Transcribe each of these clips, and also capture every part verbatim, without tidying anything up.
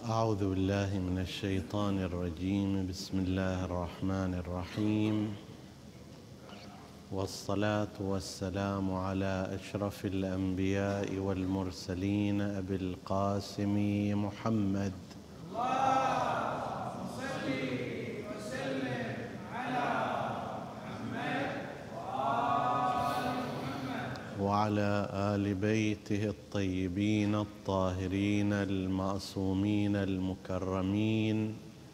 أعوذ بالله من الشيطان الرجيم. بسم الله الرحمن الرحيم، والصلاة والسلام على أشرف الأنبياء والمرسلين أبي القاسم محمد اللهم صل وسلم على محمد وآل محمد وعلى آل بيته الطيبين الطاهرين المعصومين المكرمين.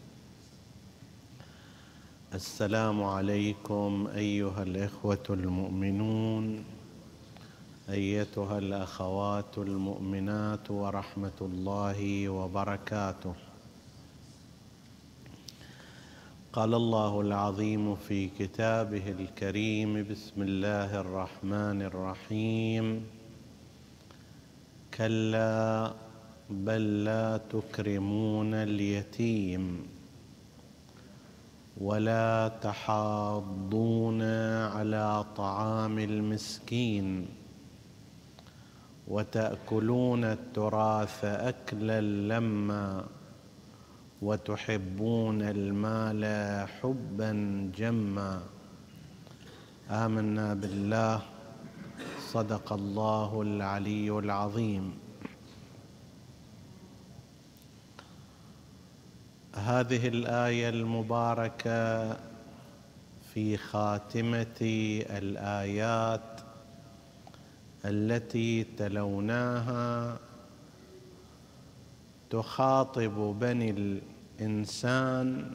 السلام عليكم أيها الإخوة المؤمنون، أيتها الأخوات المؤمنات، ورحمة الله وبركاته. قال الله العظيم في كتابه الكريم: بسم الله الرحمن الرحيم. كلا بل لا تكرمون اليتيم ولا تحاضون على طعام المسكين وتأكلون التراث أكلا لما وتحبون المال حبا جما. آمنا بالله، صدق الله العلي العظيم. هذه الآية المباركة في خاتمة الآيات التي تلوناها تخاطب بني الإنسان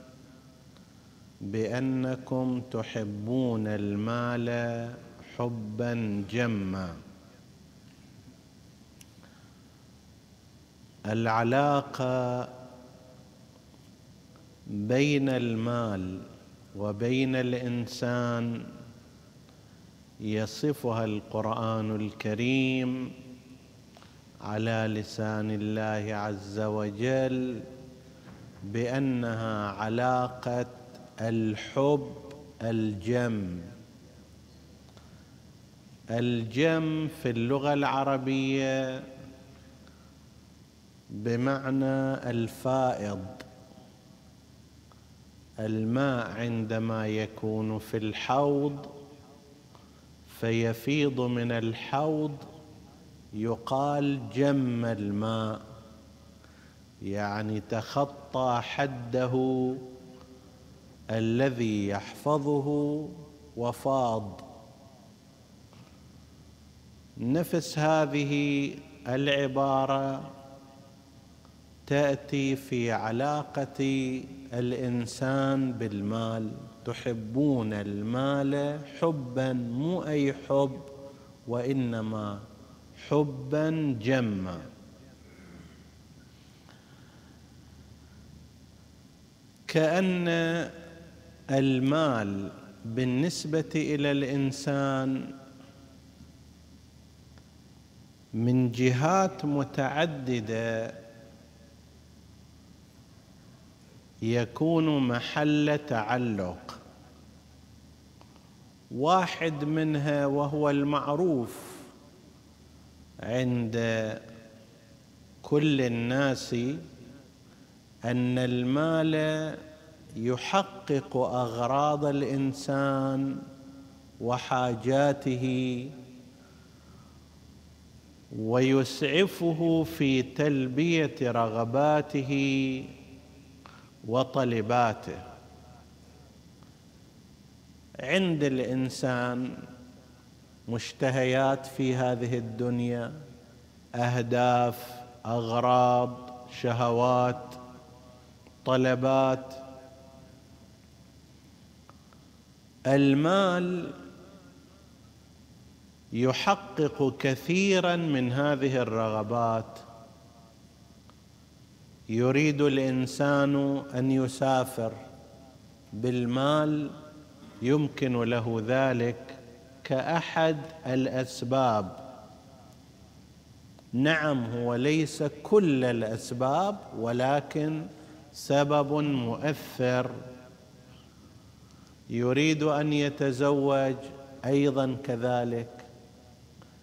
بأنكم تحبون المال حبا جما. العلاقة بين المال وبين الإنسان يصفها القرآن الكريم على لسان الله عز وجل بأنها علاقة الحب الجم. الجم في اللغة العربية بمعنى الفائض. الماء عندما يكون في الحوض فيفيض من الحوض يقال جم الماء، يعني تخطى حده الذي يحفظه وفاض. نفس هذه العبارة تأتي في علاقة الإنسان بالمال. تحبون المال حبا، مو أي حب، وإنما حبا جما. كأن المال بالنسبة إلى الإنسان من جهات متعددة يكون محل تعلق. واحد منها وهو المعروف عند كل الناس أن المال يحقق أغراض الإنسان وحاجاته ويسعفه في تلبية رغباته وطلباته. عند الإنسان مشتهيات في هذه الدنيا، أهداف، أغراض، شهوات، طلبات. المال يحقق كثيرا من هذه الرغبات. يريد الإنسان أن يسافر، بالمال يمكن له ذلك كأحد الأسباب. نعم، هو ليس كل الأسباب، ولكن سبب مؤثر. يريد أن يتزوج، أيضا كذلك.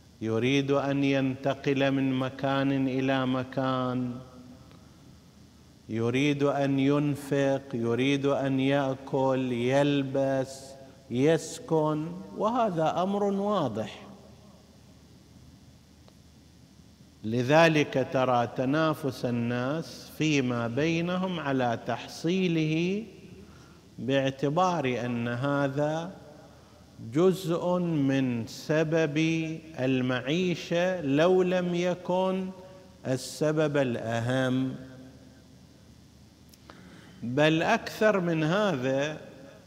يريد أن ينتقل من مكان إلى مكان، يريد أن ينفق، يريد أن يأكل، يلبس، يسكن، وهذا أمر واضح. لذلك ترى تنافس الناس فيما بينهم على تحصيله، باعتبار أن هذا جزء من سبب المعيشة لو لم يكن السبب الأهم. بل أكثر من هذا،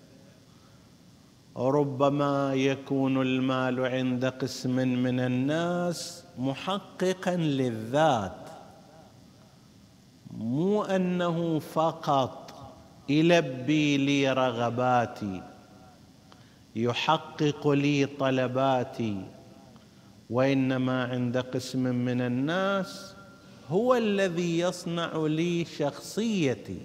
ربما يكون المال عند قسم من الناس محققا للذات، مو أنه فقط يلبي لي رغباتي، يحقق لي طلباتي، وإنما عند قسم من الناس هو الذي يصنع لي شخصيتي.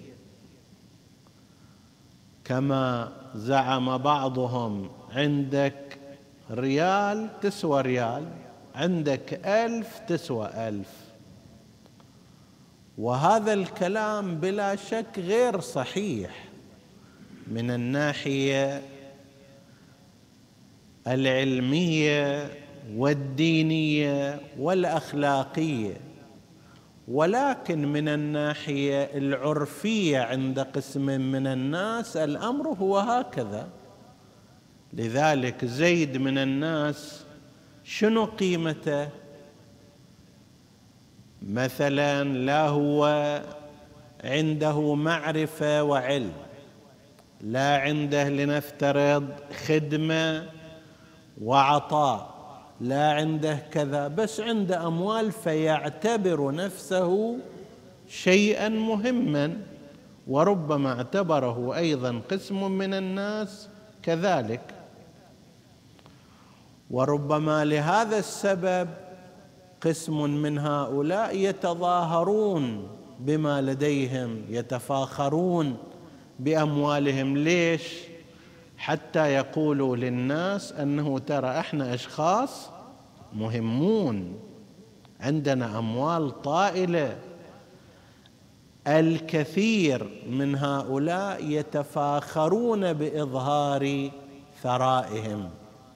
كما زعم بعضهم: عندك ريال تسوى ريال، عندك ألف تسوى ألف. وهذا الكلام بلا شك غير صحيح من الناحية العلمية والدينية والأخلاقية، ولكن من الناحية العرفية عند قسم من الناس الأمر هو هكذا. لذلك زيد من الناس شنو قيمته؟ مثلا لا هو عنده معرفة وعلم، لا عنده لنفترض خدمة وعطاء، لا عنده كذا، بس عنده أموال، فيعتبر نفسه شيئا مهما، وربما اعتبره أيضا قسم من الناس كذلك. وربما لهذا السبب قسم من هؤلاء يتظاهرون بما لديهم، يتفاخرون بأموالهم. ليش؟ حتى يقولوا للناس أنه ترى احنا أشخاص مهمون، عندنا أموال طائلة. الكثير من هؤلاء يتفاخرون بإظهار ثرائهم،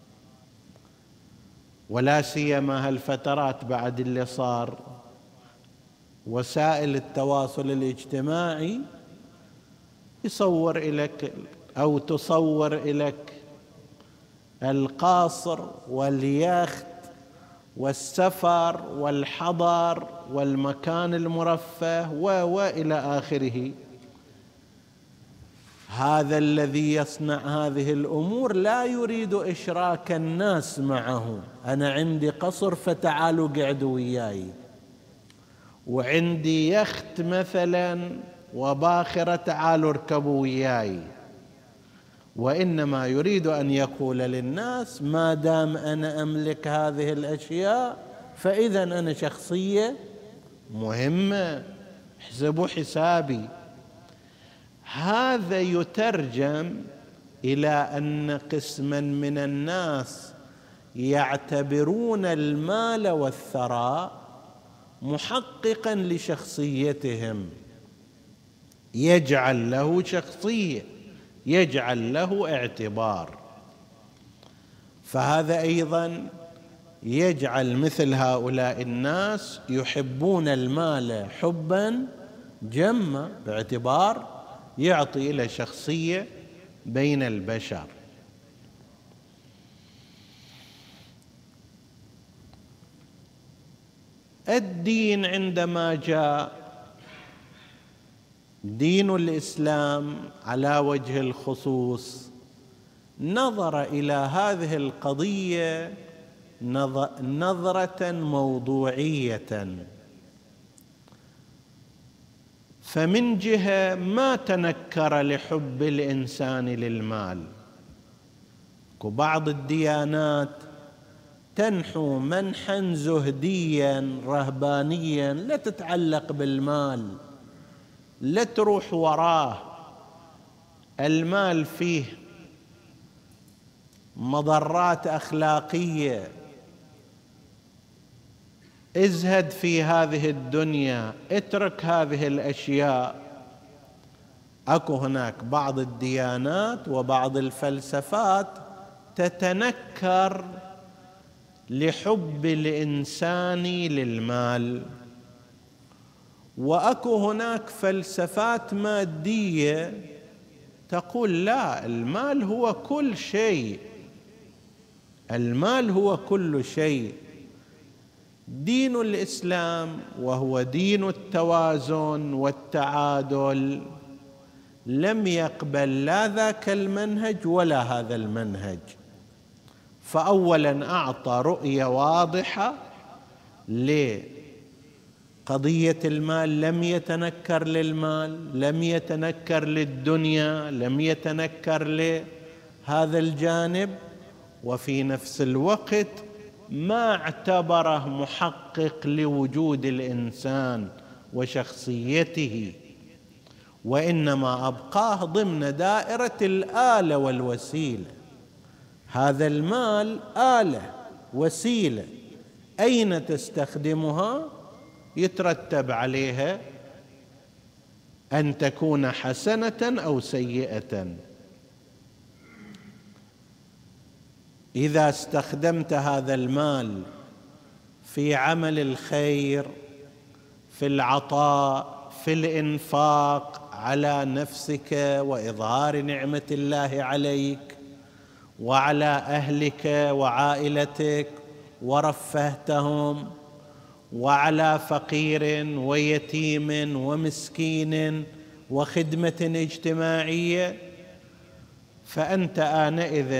ولا سيما هالفترات بعد اللي صار وسائل التواصل الاجتماعي يصور إليك أو تصور إليك القاصر واليخت والسفر والحضر والمكان المرفه وإلى آخره. هذا الذي يصنع هذه الأمور لا يريد إشراك الناس معه. أنا عندي قصر فتعالوا قعدوا وياي، وعندي يخت مثلا وباخرة تعالوا اركبوا وياي، وإنما يريد أن يقول للناس: ما دام أنا أملك هذه الأشياء فإذا أنا شخصية مهمة، احسبوا حسابي. هذا يترجم إلى أن قسما من الناس يعتبرون المال والثراء محققا لشخصيتهم، يجعل له شخصية، يجعل له اعتبار. فهذا أيضا يجعل مثل هؤلاء الناس يحبون المال حبا جما، باعتبار يعطي له شخصية بين البشر. الدين عندما جاء، دين الإسلام على وجه الخصوص، نظر إلى هذه القضية نظرة موضوعية. فمن جهة ما تنكر لحب الإنسان للمال. وبعض الديانات تنحو منحا زهديا رهبانيا لا تتعلق بالمال، لا تروح وراه. المال فيه مضرات أخلاقية، ازهد في هذه الدنيا، اترك هذه الأشياء، اكو هناك بعض الديانات وبعض الفلسفات تتنكر لحب الانسان للمال، واكو هناك فلسفات ماديه تقول لا، المال هو كل شيء، المال هو كل شيء. دين الإسلام وهو دين التوازن والتعادل لم يقبل لا ذاك المنهج ولا هذا المنهج. فأولا أعطى رؤية واضحة لقضية المال، لم يتنكر للمال، لم يتنكر للدنيا، لم يتنكر لهذا الجانب، وفي نفس الوقت ما اعتبره محقق لوجود الإنسان وشخصيته، وإنما أبقاه ضمن دائرة الآلة والوسيلة. هذا المال آلة وسيلة، أين تستخدمها يترتب عليها أن تكون حسنة أو سيئة. إذا استخدمت هذا المال في عمل الخير، في العطاء، في الإنفاق على نفسك وإظهار نعمة الله عليك وعلى أهلك وعائلتك ورفهتهم، وعلى فقير ويتيم ومسكين وخدمة اجتماعية، فأنت آنئذ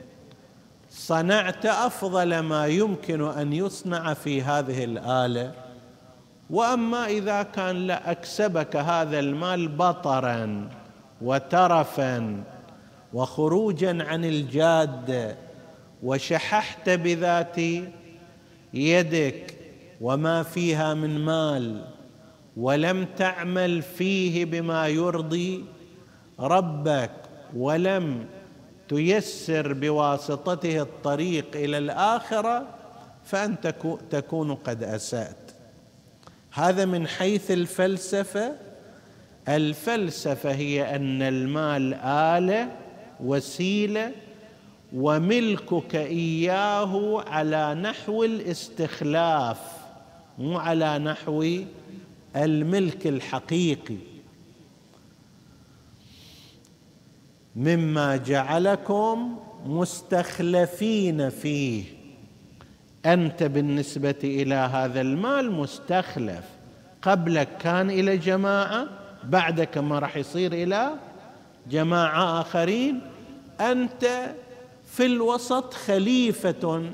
صنعت أفضل ما يمكن أن يصنع في هذه الآلة. وأما إذا كان لا أكسبك هذا المال بطرا وترفا وخروجا عن الجادة، وشححت بذات يدك وما فيها من مال، ولم تعمل فيه بما يرضي ربك، ولم تيسر بواسطته الطريق إلى الآخرة، فأنت تكون قد أسأت. هذا من حيث الفلسفة. الفلسفة هي أن المال آلة وسيلة، وملكك إياه على نحو الاستخلاف، مو على نحو الملك الحقيقي. مما جعلكم مستخلفين فيه، أنت بالنسبة إلى هذا المال مستخلف. قبلك كان إلى جماعة، بعدك ما راح يصير إلى جماعة آخرين، أنت في الوسط خليفة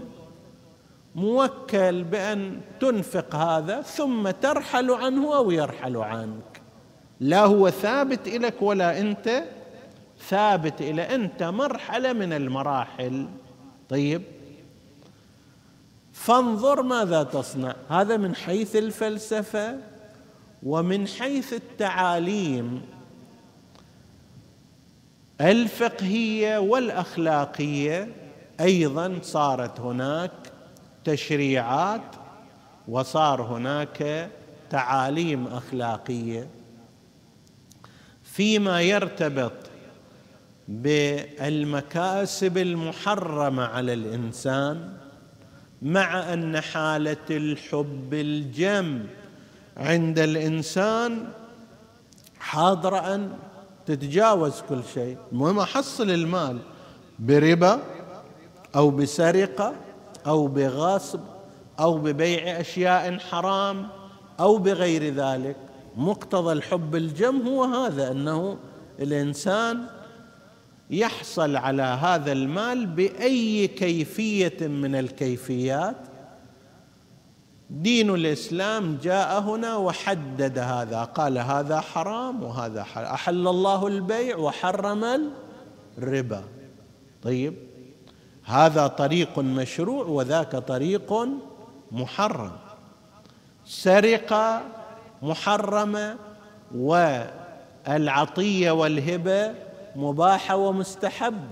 موكل بأن تنفق هذا ثم ترحل عنه أو يرحل عنك. لا هو ثابت إليك ولا أنت ثابت إلى، أنت مرحلة من المراحل. طيب، فانظر ماذا تصنع. هذا من حيث الفلسفة. ومن حيث التعاليم الفقهية والأخلاقية أيضا صارت هناك تشريعات، وصار هناك تعاليم أخلاقية فيما يرتبط بالمكاسب المحرمة على الإنسان، مع أن حالة الحب الجم عند الإنسان حاضرة أن تتجاوز كل شيء. المهم أحصل المال بربا أو بسرقة أو بغصب أو ببيع أشياء حرام أو بغير ذلك. مقتضى الحب الجم هو هذا، أنه الإنسان يحصل على هذا المال بأي كيفية من الكيفيات. دين الإسلام جاء هنا وحدد هذا، قال هذا حرام وهذا حلال، أحل الله البيع وحرم الربا. طيب، هذا طريق مشروع وذاك طريق محرم. سرقة محرمة والعطية والهبة مباحة ومستحبة.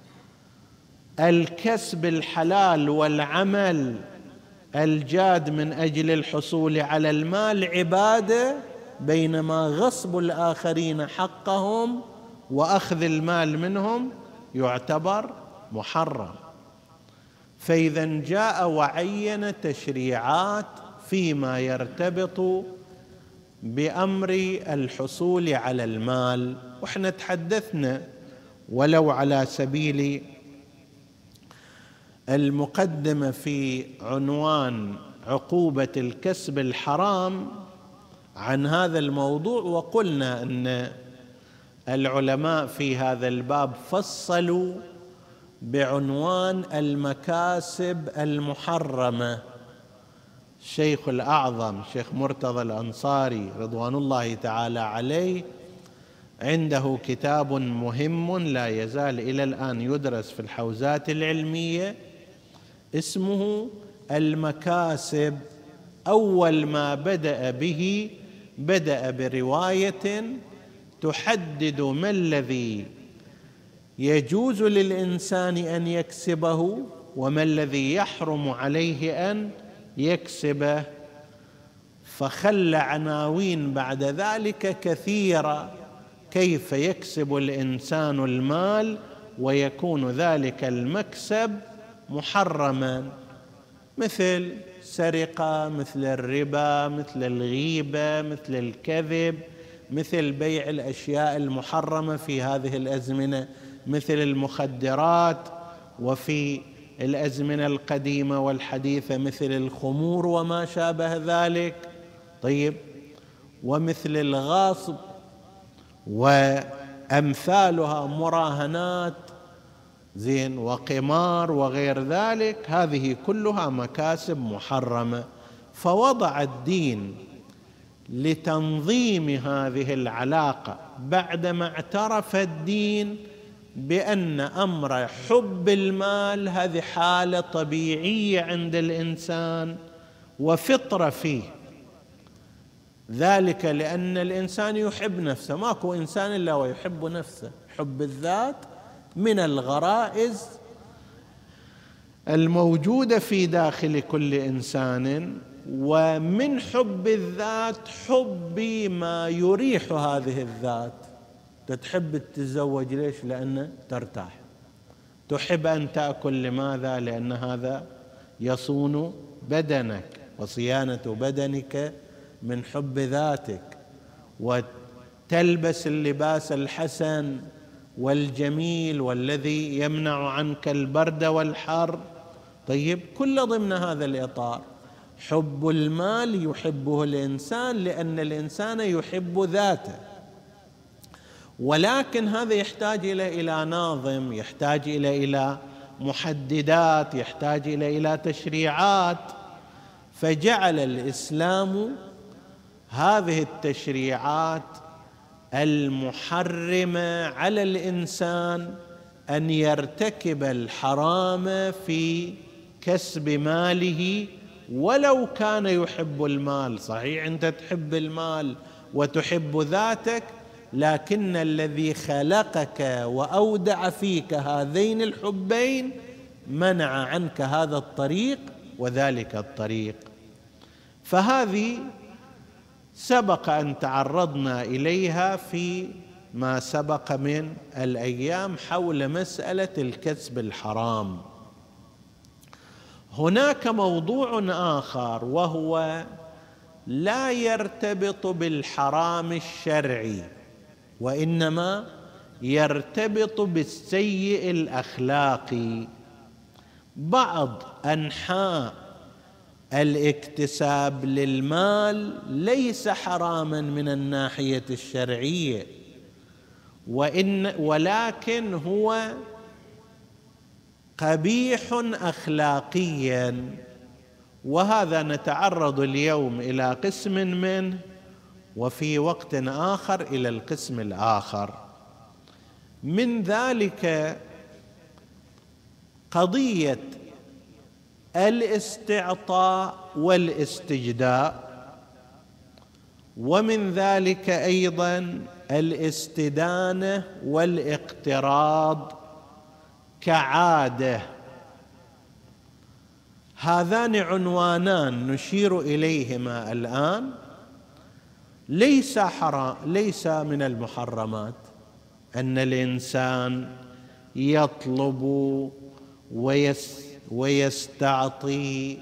الكسب الحلال والعمل الجاد من أجل الحصول على المال عبادة بينما غصب الآخرين حقهم وأخذ المال منهم يعتبر محرم. فإذا جاء وعين تشريعات فيما يرتبط بأمر الحصول على المال، وإحنا تحدثنا ولو على سبيل المقدمة في عنوان عقوبة الكسب الحرام عن هذا الموضوع، وقلنا أن العلماء في هذا الباب فصلوا بعنوان المكاسب المحرمة. الشيخ الأعظم الشيخ مرتضى الأنصاري رضوان الله تعالى عليه عنده كتاب مهم لا يزال إلى الآن يدرس في الحوزات العلمية اسمه المكاسب. أول ما بدأ به بدأ برواية تحدد ما الذي يجوز للإنسان أن يكسبه وما الذي يحرم عليه أن يكسبه، فخلى عناوين بعد ذلك كثيرة كيف يكسب الإنسان المال ويكون ذلك المكسب محرما، مثل سرقة، مثل الربا، مثل الغيبة، مثل الكذب، مثل بيع الأشياء المحرمة في هذه الأزمنة مثل المخدرات، وفي الأزمنة القديمة والحديثة مثل الخمور وما شابه ذلك. طيب، ومثل الغاصب وأمثالها مراهنات زين وقمار وغير ذلك، هذه كلها مكاسب محرمة. فوضع الدين لتنظيم هذه العلاقة بعدما اعترف الدين بأن أمر حب المال هذه حالة طبيعية عند الإنسان وفطرة فيه، ذلك لأن الإنسان يحب نفسه، ماكو إنسان إلا ويحب نفسه. حب الذات من الغرائز الموجودة في داخل كل إنسان، ومن حب الذات حب ما يريح هذه الذات. تحب تتزوج ليش؟ لأنه ترتاح. تحب أن تأكل لماذا؟ لأن هذا يصون بدنك، وصيانة بدنك من حب ذاتك. وتلبس اللباس الحسن والجميل والذي يمنع عنك البرد والحر. طيب، كل ضمن هذا الإطار. حب المال يحبه الإنسان لأن الإنسان يحب ذاته، ولكن هذا يحتاج إلى إلى ناظم، يحتاج إلى إلى محددات، يحتاج إلى إلى تشريعات. فجعل الإسلام هذه التشريعات المحرمة على الإنسان أن يرتكب الحرام في كسب ماله ولو كان يحب المال. صحيح أنت تحب المال وتحب ذاتك، لكن الذي خلقك وأودع فيك هذين الحبين منع عنك هذا الطريق وذلك الطريق. فهذه سبق أن تعرضنا إليها في ما سبق من الأيام حول مسألة الكسب الحرام. هناك موضوع آخر وهو لا يرتبط بالحرام الشرعي، وإنما يرتبط بالسيء الأخلاقي. بعض أنحاء الاكتساب للمال ليس حراما من الناحية الشرعية، وإن ولكن هو قبيح أخلاقيا، وهذا نتعرض اليوم إلى قسم منه، وفي وقت آخر إلى القسم الآخر. من ذلك قضية الاستعطاء والاستجداء، ومن ذلك أيضا الاستدانة والاقتراض كعادة. هذان عنوانان نشير إليهما الآن ليس حرام، ليس من المحرمات أن الإنسان يطلب ويس ويستعطي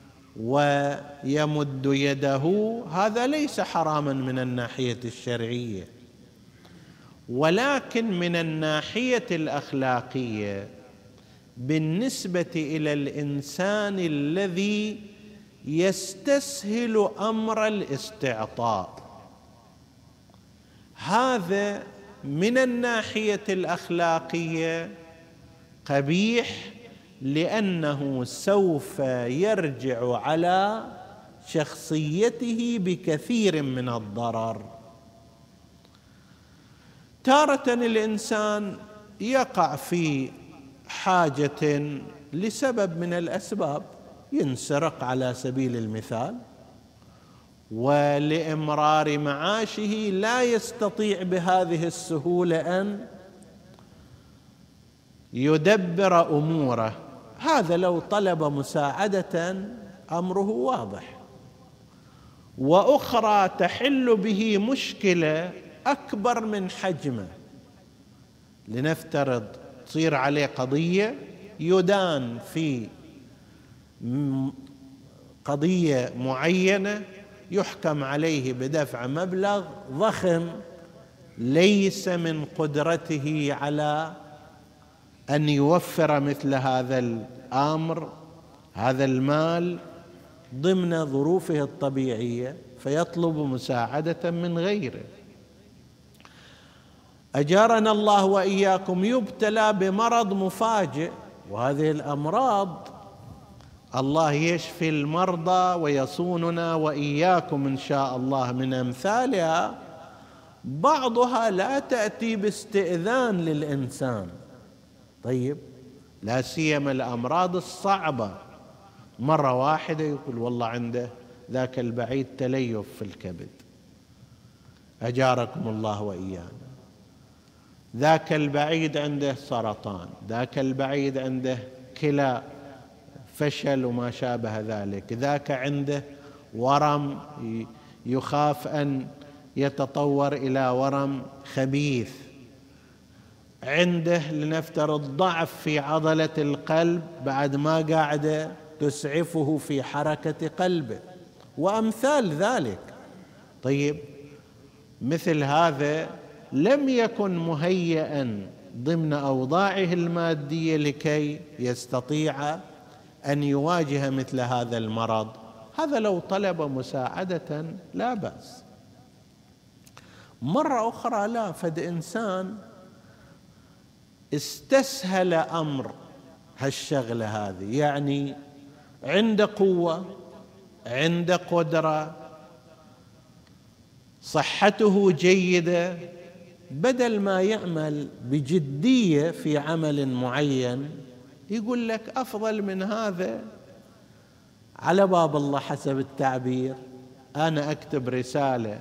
ويمد يده، هذا ليس حراما من الناحية الشرعية، ولكن من الناحية الأخلاقية بالنسبة إلى الإنسان الذي يستسهل أمر الاستعطاء، هذا من الناحية الأخلاقية قبيح، لأنه سوف يرجع على شخصيته بكثير من الضرر. تارة الإنسان يقع في حاجة لسبب من الأسباب، ينسرق على سبيل المثال، ولإمرار معاشه لا يستطيع بهذه السهولة أن يدبر أموره، هذا لو طلب مساعدة أمره واضح. وأخرى تحل به مشكلة أكبر من حجمه، لنفترض تصير عليه قضية، يدان في قضية معينة، يحكم عليه بدفع مبلغ ضخم ليس من قدرته على أن يوفر مثل هذا الأمر، هذا المال ضمن ظروفه الطبيعية، فيطلب مساعدة من غيره. أجارنا الله وإياكم يبتلى بمرض مفاجئ، وهذه الأمراض الله يشفي المرضى ويصوننا وإياكم إن شاء الله من أمثالها، بعضها لا تأتي باستئذان للإنسان. طيب، لا سيما الأمراض الصعبة، مرة واحدة يقول والله عنده ذاك البعيد تليف في الكبد، أجاركم الله وإيانا، ذاك البعيد عنده سرطان، ذاك البعيد عنده كلى فشل وما شابه ذلك، ذاك عنده ورم يخاف أن يتطور إلى ورم خبيث، عنده لنفترض ضعف في عضلة القلب بعد ما قاعدة تسعفه في حركة قلبه، وأمثال ذلك. طيب، مثل هذا لم يكن مهيئا ضمن أوضاعه المادية لكي يستطيع أن يواجه مثل هذا المرض، هذا لو طلب مساعدة لا بأس. مرة أخرى لا، فد إنسان استسهل أمر هالشغلة هذه، يعني عنده قوة، عنده قدرة، صحته جيدة، بدل ما يعمل بجدية في عمل معين يقول لك أفضل من هذا على باب الله حسب التعبير، أنا أكتب رسالة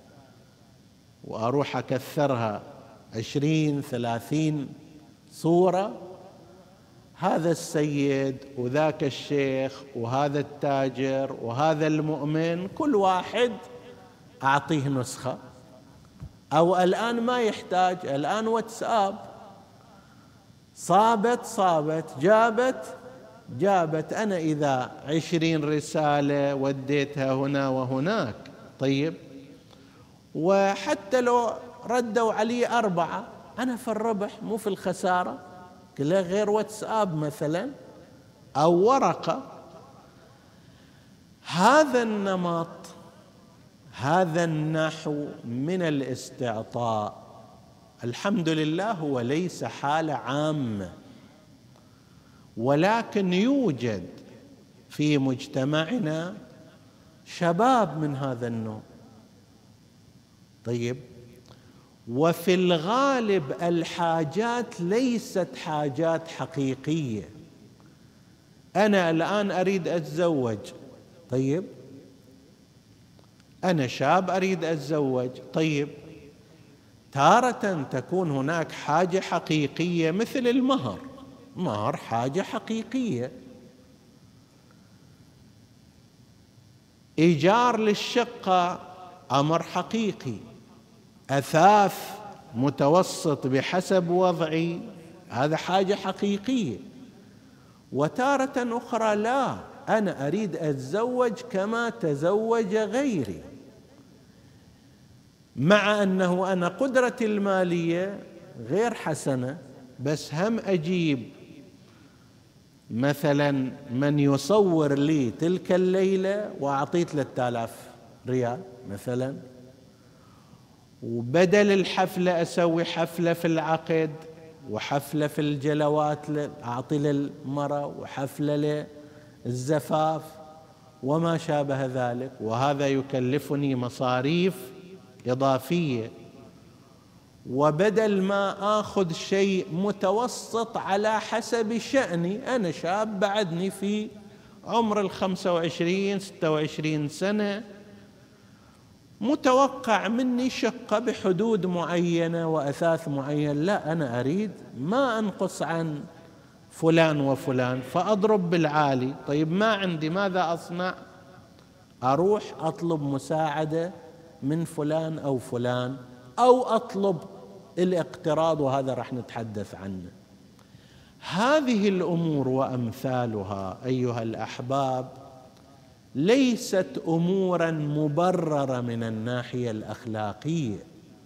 وأروح أكثرها عشرين ثلاثين صورة، هذا السيد وذاك الشيخ وهذا التاجر وهذا المؤمن كل واحد أعطيه نسخة، أو الآن ما يحتاج، الآن واتساب، صابت صابت، جابت جابت، أنا إذا عشرين رسالة وديتها هنا وهناك، طيب، وحتى لو ردوا علي أربعة أنا في الربح مو في الخسارة، كله غير واتساب مثلا أو ورقة. هذا النمط، هذا النحو من الاستعطاء الحمد لله هو ليس حالة عامة، ولكن يوجد في مجتمعنا شباب من هذا النوع. طيب، وفي الغالب الحاجات ليست حاجات حقيقية. أنا الآن أريد أتزوج، طيب، أنا شاب أريد أتزوج، طيب، تارة تكون هناك حاجة حقيقية مثل المهر، مهر حاجة حقيقية، إيجار للشقة أمر حقيقي. أثاث متوسط بحسب وضعي، هذا حاجة حقيقية. وتارة أخرى لا، أنا أريد أتزوج كما تزوج غيري، مع أنه أنا قدرتي المالية غير حسنة، بس هم أجيب مثلا من يصور لي تلك الليلة وأعطيه ثلاثة آلاف ريال مثلا، وبدل الحفلة أسوي حفلة في العقد وحفلة في الجلوات أعطي للمرأة وحفلة للزفاف وما شابه ذلك، وهذا يكلفني مصاريف إضافية. وبدل ما آخذ شيء متوسط على حسب شأني، أنا شاب بعدني في عمر الخمسة وعشرين ستة وعشرين سنة، متوقع مني شقة بحدود معينة وأثاث معين، لا أنا أريد ما أنقص عن فلان وفلان، فأضرب بالعالي. طيب ما عندي، ماذا أصنع؟ أروح أطلب مساعدة من فلان أو فلان، أو أطلب الاقتراض، وهذا رح نتحدث عنه. هذه الأمور وأمثالها أيها الأحباب ليست أمورا مبررة من الناحية الأخلاقية.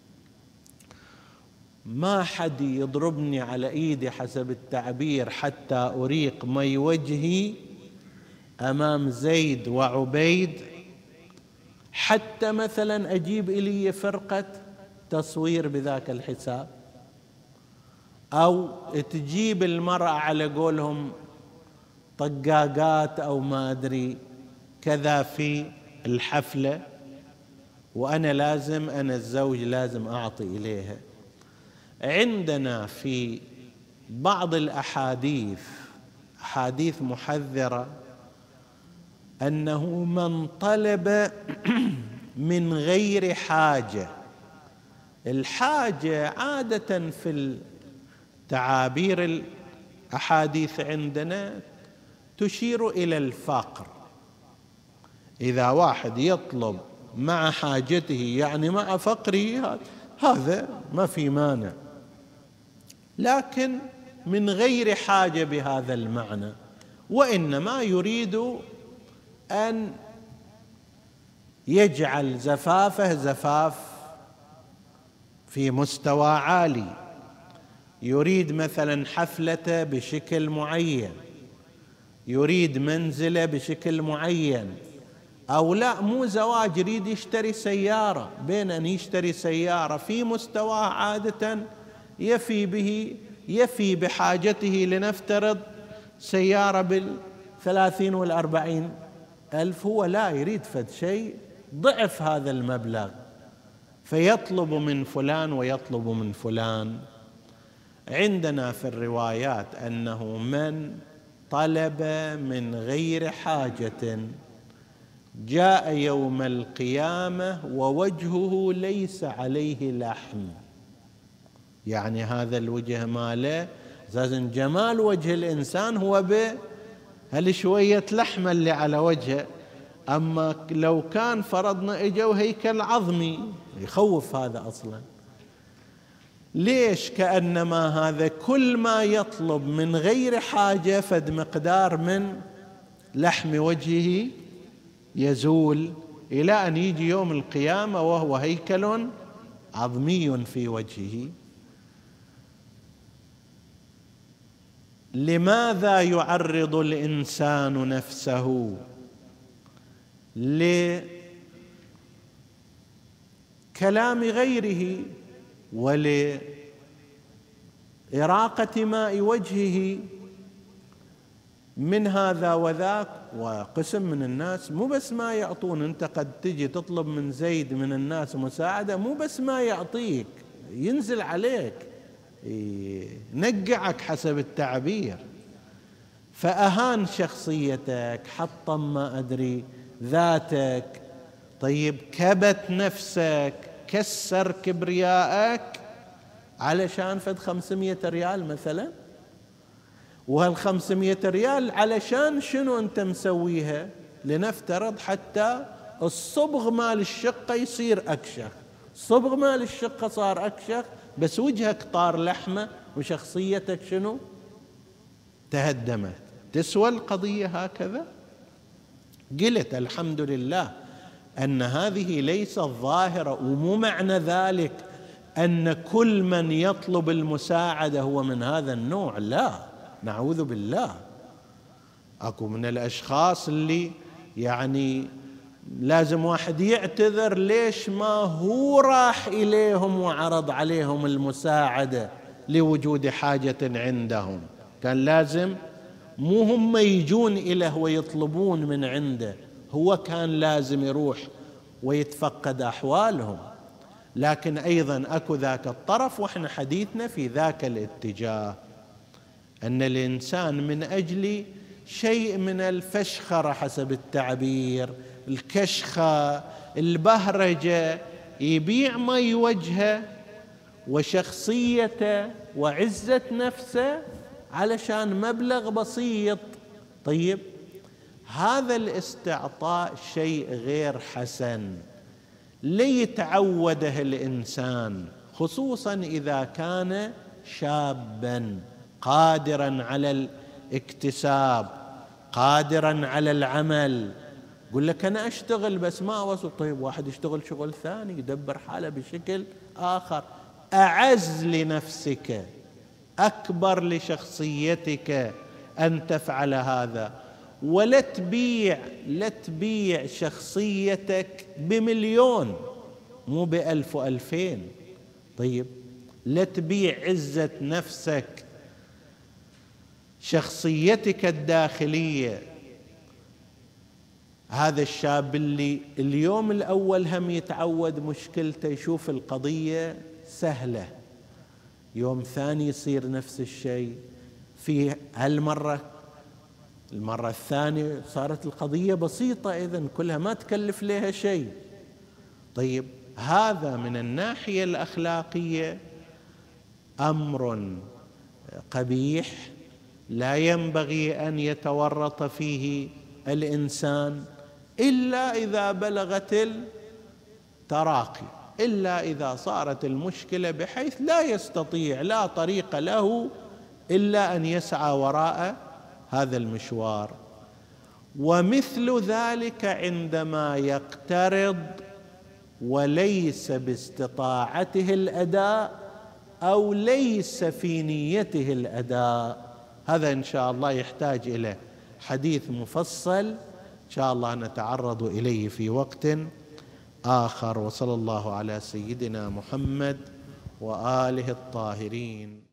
ما حد يضربني على إيدي حسب التعبير حتى أريق مي وجهي أمام زيد وعبيد، حتى مثلا أجيب إلي فرقة تصوير بذاك الحساب، أو تجيب المرأة على قولهم طقاقات أو ما أدري كذا في الحفلة، وأنا لازم أنا الزوج لازم أعطي إليها. عندنا في بعض الأحاديث أحاديث محذرة أنه من طلب من غير حاجة، الحاجة عادة في التعابير الأحاديث عندنا تشير إلى الفقر. إذا واحد يطلب مع حاجته يعني مع فقره هذا ما في مانع، لكن من غير حاجة بهذا المعنى، وإنما يريد أن يجعل زفافه زفاف في مستوى عالي، يريد مثلا حفلته بشكل معين، يريد منزله بشكل معين، أو لا مو زواج يريد يشتري سيارة، بين أن يشتري سيارة في مستوى عادة يفي به يفي بحاجته، لنفترض سيارة بالثلاثين والأربعين ألف، هو لا يريد فد شيء ضعف هذا المبلغ، فيطلب من فلان ويطلب من فلان. عندنا في الروايات أنه من طلب من غير حاجة جاء يوم القيامة ووجهه ليس عليه لحم، يعني هذا الوجه ماله أساساً جمال وجه الإنسان هو بهالشوية لحمة اللي على وجهه، أما لو كان فرضنا إجوا هيكل عظمي يخوف هذا أصلاً. ليش؟ كأنما هذا كل ما يطلب من غير حاجة فد مقدار من لحم وجهه يزول، إلى أن يجي يوم القيامة وهو هيكل عظمي في وجهه. لماذا يعرض الإنسان نفسه لكلام غيره ولإراقة ماء وجهه من هذا وذاك؟ وقسم من الناس مو بس ما يعطون، انت قد تجي تطلب من زيد من الناس مساعدة مو بس ما يعطيك، ينزل عليك ينقعك حسب التعبير، فأهان شخصيتك، حطم ما أدري ذاتك، طيب كبت نفسك، كسر كبريائك علشان فد خمسمية ريال مثلا. وهالخمسمية ريال علشان شنو أنت مسويها؟ لنفترض حتى الصبغ مال الشقة يصير أكشخ، صبغ مال الشقة صار أكشخ، بس وجهك طار لحمة وشخصيتك شنو؟ تهدمت. تسوى القضية هكذا؟ قلت الحمد لله أن هذه ليست ظاهرة، ومو معنى ذلك أن كل من يطلب المساعدة هو من هذا النوع، لا، نعوذ بالله. أكو من الأشخاص اللي يعني لازم واحد يعتذر ليش ما هو راح إليهم وعرض عليهم المساعدة لوجود حاجة عندهم، كان لازم مو هم يجون إليه ويطلبون من عنده، هو كان لازم يروح ويتفقد أحوالهم. لكن أيضا أكو ذاك الطرف، وإحنا حديثنا في ذاك الاتجاه، أن الإنسان من أجل شيء من الفشخرة حسب التعبير، الكشخة، البهرجة، يبيع ما يوجهه وشخصيته وعزة نفسه علشان مبلغ بسيط. طيب، هذا الاستعطاء شيء غير حسن ليتعوده الإنسان، خصوصا إذا كان شابا قادرا على الاكتساب، قادرا على العمل. يقول لك أنا أشتغل بس ما أوصل. طيب، واحد يشتغل شغل ثاني يدبر حاله بشكل آخر. أعز لنفسك، أكبر لشخصيتك أن تفعل هذا، ولا تبيع لا تبيع شخصيتك بمليون، مو بألف وألفين. طيب، لا تبيع عزة نفسك، شخصيتك الداخلية. هذا الشاب اللي اليوم الأول هم يتعود مشكلته، يشوف القضية سهلة، يوم ثاني يصير نفس الشيء، في هالمرة المرة الثانية صارت القضية بسيطة، إذن كلها ما تكلف لها شيء. طيب، هذا من الناحية الأخلاقية أمر قبيح لا ينبغي أن يتورط فيه الإنسان إلا إذا بلغت التراقي، إلا إذا صارت المشكلة بحيث لا يستطيع، لا طريق له إلا أن يسعى وراء هذا المشوار. ومثل ذلك عندما يقترض وليس باستطاعته الأداء أو ليس في نيته الأداء، هذا إن شاء الله يحتاج إلى حديث مفصل، إن شاء الله نتعرض إليه في وقت آخر. وصلى الله على سيدنا محمد وآله الطاهرين.